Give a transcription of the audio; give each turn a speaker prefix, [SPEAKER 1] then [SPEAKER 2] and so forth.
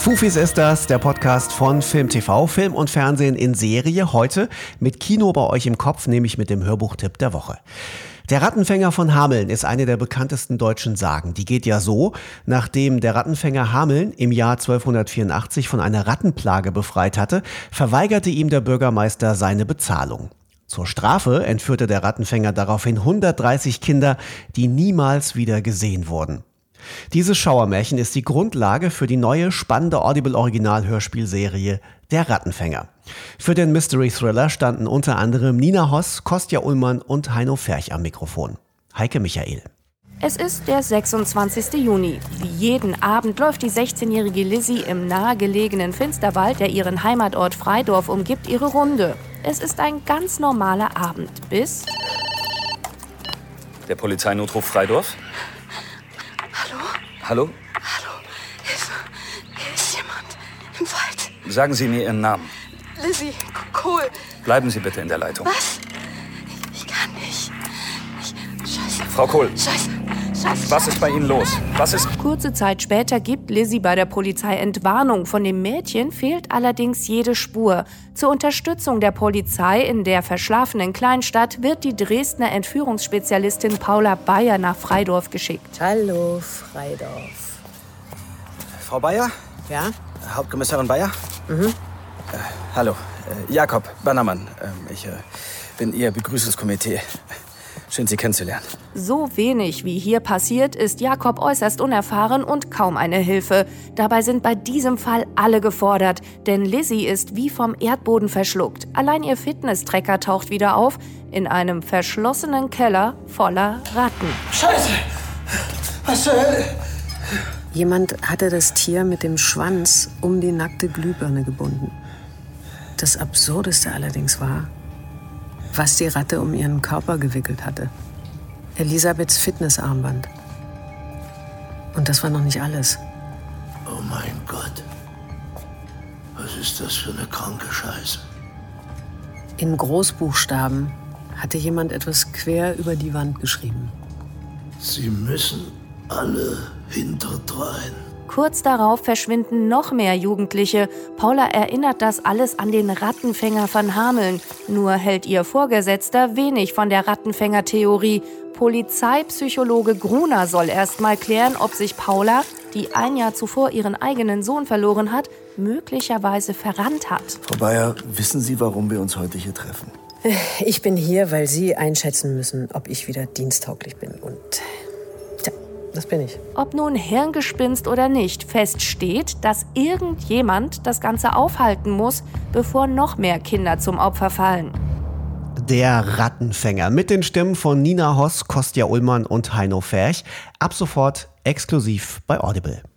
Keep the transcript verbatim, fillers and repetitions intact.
[SPEAKER 1] Fufis ist das, der Podcast von Film T V, Film und Fernsehen in Serie. Heute mit Kino bei euch im Kopf, nämlich mit dem Hörbuchtipp der Woche. Der Rattenfänger von Hameln ist eine der bekanntesten deutschen Sagen. Die geht ja so: Nachdem der Rattenfänger Hameln im Jahr zwölfhundertvierundachtzig von einer Rattenplage befreit hatte, verweigerte ihm der Bürgermeister seine Bezahlung. Zur Strafe entführte der Rattenfänger daraufhin hundertdreißig Kinder, die niemals wieder gesehen wurden. Dieses Schauermärchen ist die Grundlage für die neue, spannende Audible-Original-Hörspielserie Der Rattenfänger. Für den Mystery-Thriller standen unter anderem Nina Hoss, Kostja Ullmann und Heino Ferch am Mikrofon. Heike Michael.
[SPEAKER 2] Es ist der sechsundzwanzigste Juni. Wie jeden Abend läuft die sechzehnjährige Lizzie im nahegelegenen Finsterwald, der ihren Heimatort Freidorf umgibt, ihre Runde. Es ist ein ganz normaler Abend, bis...
[SPEAKER 3] Der Polizeinotruf Freidorf?
[SPEAKER 4] Hallo?
[SPEAKER 3] Hallo?
[SPEAKER 4] Hallo? Hilfe! Hier ist jemand im Wald.
[SPEAKER 3] Sagen Sie mir Ihren Namen.
[SPEAKER 4] Lizzie Kohl.
[SPEAKER 3] Bleiben Sie bitte in der Leitung.
[SPEAKER 4] Was? Ich, ich kann nicht. Ich, Scheiße.
[SPEAKER 3] Frau Kohl.
[SPEAKER 4] Scheiße. Scheiße.
[SPEAKER 3] Was ist bei Ihnen los? Was ist...
[SPEAKER 2] Kurze Zeit später gibt Lizzie bei der Polizei Entwarnung. Von dem Mädchen fehlt allerdings jede Spur. Zur Unterstützung der Polizei in der verschlafenen Kleinstadt wird die Dresdner Entführungsspezialistin Paula Bayer nach Freidorf geschickt.
[SPEAKER 5] Hallo, Freidorf.
[SPEAKER 6] Frau Bayer?
[SPEAKER 5] Ja?
[SPEAKER 6] Hauptkommissarin Bayer?
[SPEAKER 5] Mhm.
[SPEAKER 6] Äh, hallo, äh, Jakob Bannermann. Ähm, ich äh, bin Ihr Begrüßungskomitee. Schön, Sie kennenzulernen.
[SPEAKER 2] So wenig wie hier passiert, ist Jakob äußerst unerfahren und kaum eine Hilfe. Dabei sind bei diesem Fall alle gefordert, denn Lizzie ist wie vom Erdboden verschluckt. Allein ihr Fitness-Tracker taucht wieder auf in einem verschlossenen Keller voller Ratten.
[SPEAKER 6] Scheiße! Was zur Hölle?
[SPEAKER 5] Jemand hatte das Tier mit dem Schwanz um die nackte Glühbirne gebunden. Das Absurdeste allerdings war, was die Ratte um ihren Körper gewickelt hatte. Elisabeths Fitnessarmband. Und das war noch nicht alles.
[SPEAKER 7] Oh mein Gott. Was ist das für eine kranke Scheiße?
[SPEAKER 5] In Großbuchstaben hatte jemand etwas quer über die Wand geschrieben.
[SPEAKER 7] Sie müssen alle hinterdrein.
[SPEAKER 2] Kurz darauf verschwinden noch mehr Jugendliche. Paula erinnert das alles an den Rattenfänger von Hameln. Nur hält ihr Vorgesetzter wenig von der Rattenfänger-Theorie. Polizeipsychologe Gruner soll erst mal klären, ob sich Paula, die ein Jahr zuvor ihren eigenen Sohn verloren hat, möglicherweise verrannt hat.
[SPEAKER 7] Frau Bayer, wissen Sie, warum wir uns heute hier treffen?
[SPEAKER 5] Ich bin hier, weil Sie einschätzen müssen, ob ich wieder diensttauglich bin. Und tja, das bin ich.
[SPEAKER 2] Ob nun Hirngespinst oder nicht, fest steht, dass irgendjemand das Ganze aufhalten muss, bevor noch mehr Kinder zum Opfer fallen.
[SPEAKER 1] Der Rattenfänger mit den Stimmen von Nina Hoss, Kostja Ullmann und Heino Ferch. Ab sofort exklusiv bei Audible.